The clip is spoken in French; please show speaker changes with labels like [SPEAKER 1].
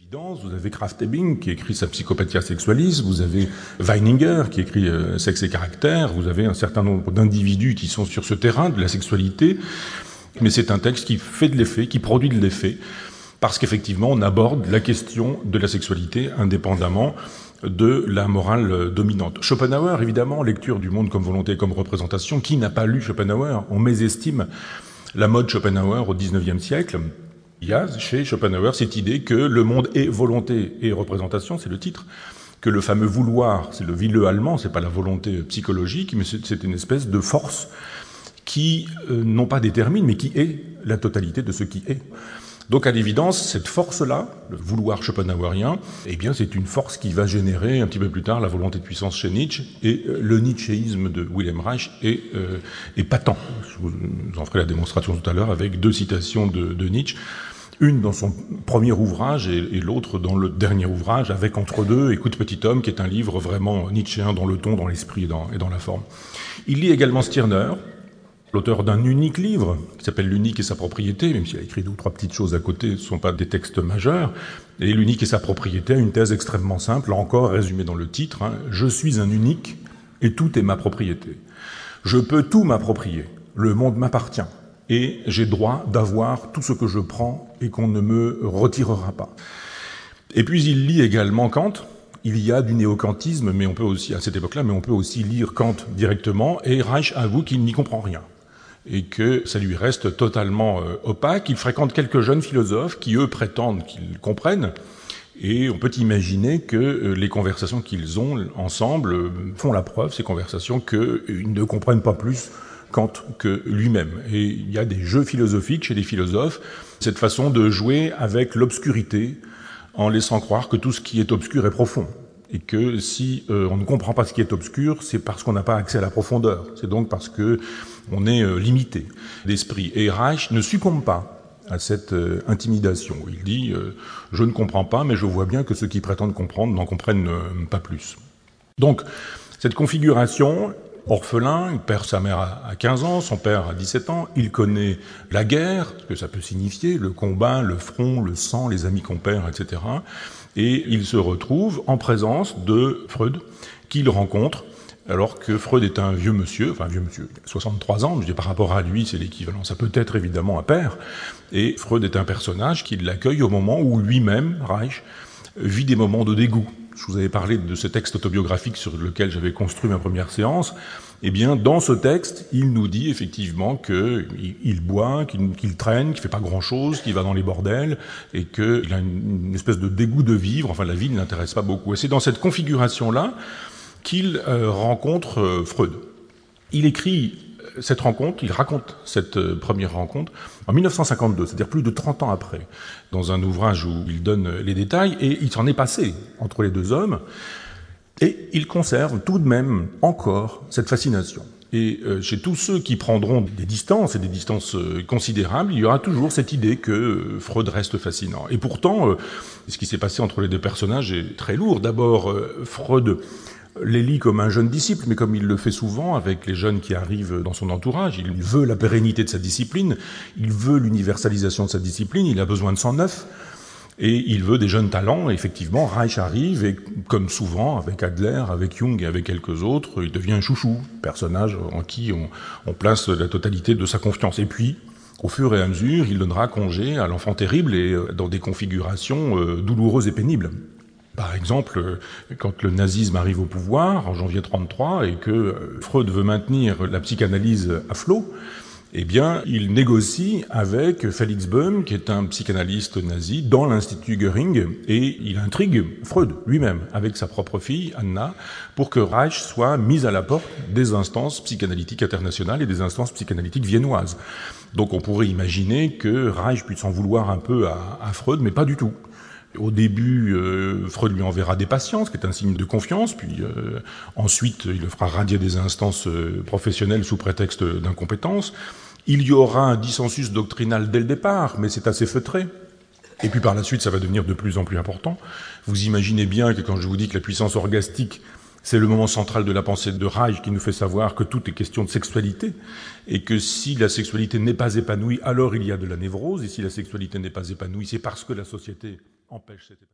[SPEAKER 1] Vous avez Krafft-Ebing qui écrit sa Psychopathia Sexualis, vous avez Weininger qui écrit Sexe et caractère, vous avez un certain nombre d'individus qui sont sur ce terrain de la sexualité, mais c'est un texte qui fait de l'effet, qui produit de l'effet, parce qu'effectivement on aborde la question de la sexualité indépendamment de la morale dominante. Schopenhauer, évidemment, lecture du monde comme volonté, comme représentation. Qui n'a pas lu Schopenhauer? On mésestime la mode Schopenhauer au XIXe siècle. Il y a chez Schopenhauer cette idée que le monde est volonté et représentation, c'est le titre, que le fameux vouloir, c'est le Wille allemand, c'est pas la volonté psychologique, mais c'est une espèce de force qui non pas détermine, mais qui est la totalité de ce qui est. Donc à l'évidence, cette force-là, le vouloir schopenhauerien, eh bien c'est une force qui va générer un petit peu plus tard la volonté de puissance chez Nietzsche, et le nietzschéisme de Wilhelm Reich est patent. Je vous en ferai la démonstration tout à l'heure avec deux citations de Nietzsche, une dans son premier ouvrage et l'autre dans le dernier ouvrage, avec entre deux Écoute petit homme, qui est un livre vraiment nietzschéen dans le ton, dans l'esprit et dans la forme. Il lit également Stirner, l'auteur d'un unique livre qui s'appelle L'unique et sa propriété, même s'il a écrit deux ou trois petites choses à côté, ce ne sont pas des textes majeurs. Et L'unique et sa propriété a une thèse extrêmement simple, là encore résumée dans le titre, Je suis un unique et tout est ma propriété. Je peux tout m'approprier, le monde m'appartient et j'ai droit d'avoir tout ce que je prends et qu'on ne me retirera pas. Et puis il lit également Kant. Il y a du néo-kantisme, mais on peut aussi, à cette époque-là, mais on peut aussi lire Kant directement, et Reich avoue qu'il n'y comprend rien. Et que ça lui reste totalement opaque. Il fréquente quelques jeunes philosophes qui, eux, prétendent qu'ils comprennent. Et on peut imaginer que les conversations qu'ils ont ensemble font la preuve, ces conversations, qu'ils ne comprennent pas plus Kant que lui-même. Et il y a des jeux philosophiques chez les philosophes, cette façon de jouer avec l'obscurité, en laissant croire que tout ce qui est obscur est profond. Et que si on ne comprend pas ce qui est obscur, c'est parce qu'on n'a pas accès à la profondeur. C'est donc parce que on est limité d'esprit. Et Reich ne succombe pas à cette intimidation. Il dit je ne comprends pas, mais je vois bien que ceux qui prétendent comprendre n'en comprennent pas plus. Donc, cette configuration, orphelin, il perd sa mère à 15 ans, son père à 17 ans, il connaît la guerre, ce que ça peut signifier, le combat, le front, le sang, les amis qu'on perd, etc. Et il se retrouve en présence de Freud, qu'il rencontre, alors que Freud est un vieux monsieur, 63 ans, je dis par rapport à lui, c'est l'équivalent, ça peut être évidemment un père, et Freud est un personnage qui l'accueille au moment où lui-même, Reich, vit des moments de dégoût. Je vous avais parlé de ce texte autobiographique sur lequel j'avais construit ma première séance. Eh bien, dans ce texte, il nous dit effectivement qu'il boit, qu'il traîne, qu'il fait pas grand-chose, qu'il va dans les bordels, et qu'il a une espèce de dégoût de vivre. Enfin, la vie ne l'intéresse pas beaucoup. Et c'est dans cette configuration-là qu'il rencontre Freud. Il écrit cette rencontre, il raconte cette première rencontre en 1952, c'est-à-dire plus de 30 ans après, dans un ouvrage où il donne les détails, et il s'en est passé entre les deux hommes, et il conserve tout de même encore cette fascination. Et chez tous ceux qui prendront des distances, et des distances considérables, il y aura toujours cette idée que Freud reste fascinant. Et pourtant, ce qui s'est passé entre les deux personnages est très lourd. D'abord, Freud les lit comme un jeune disciple, mais comme il le fait souvent avec les jeunes qui arrivent dans son entourage, il veut la pérennité de sa discipline, il veut l'universalisation de sa discipline, il a besoin de 109, et il veut des jeunes talents. Et effectivement, Reich arrive, et comme souvent, avec Adler, avec Jung et avec quelques autres, il devient un chouchou, personnage en qui on place la totalité de sa confiance. Et puis, au fur et à mesure, il donnera congé à l'enfant terrible, et dans des configurations douloureuses et pénibles. Par exemple, quand le nazisme arrive au pouvoir, en janvier 1933, et que Freud veut maintenir la psychanalyse à flot, eh bien, il négocie avec Felix Boehm, qui est un psychanalyste nazi, dans l'Institut Göring, et il intrigue Freud lui-même, avec sa propre fille, Anna, pour que Reich soit mis à la porte des instances psychanalytiques internationales et des instances psychanalytiques viennoises. Donc on pourrait imaginer que Reich puisse en vouloir un peu à Freud, mais pas du tout. Au début, Freud lui enverra des patients, ce qui est un signe de confiance, puis ensuite il le fera radier des instances professionnelles sous prétexte d'incompétence. Il y aura un dissensus doctrinal dès le départ, mais c'est assez feutré. Et puis par la suite, ça va devenir de plus en plus important. Vous imaginez bien que quand je vous dis que la puissance orgastique, c'est le moment central de la pensée de Reich qui nous fait savoir que tout est question de sexualité, et que si la sexualité n'est pas épanouie, alors il y a de la névrose, et si la sexualité n'est pas épanouie, c'est parce que la société empêche cette épanouissement.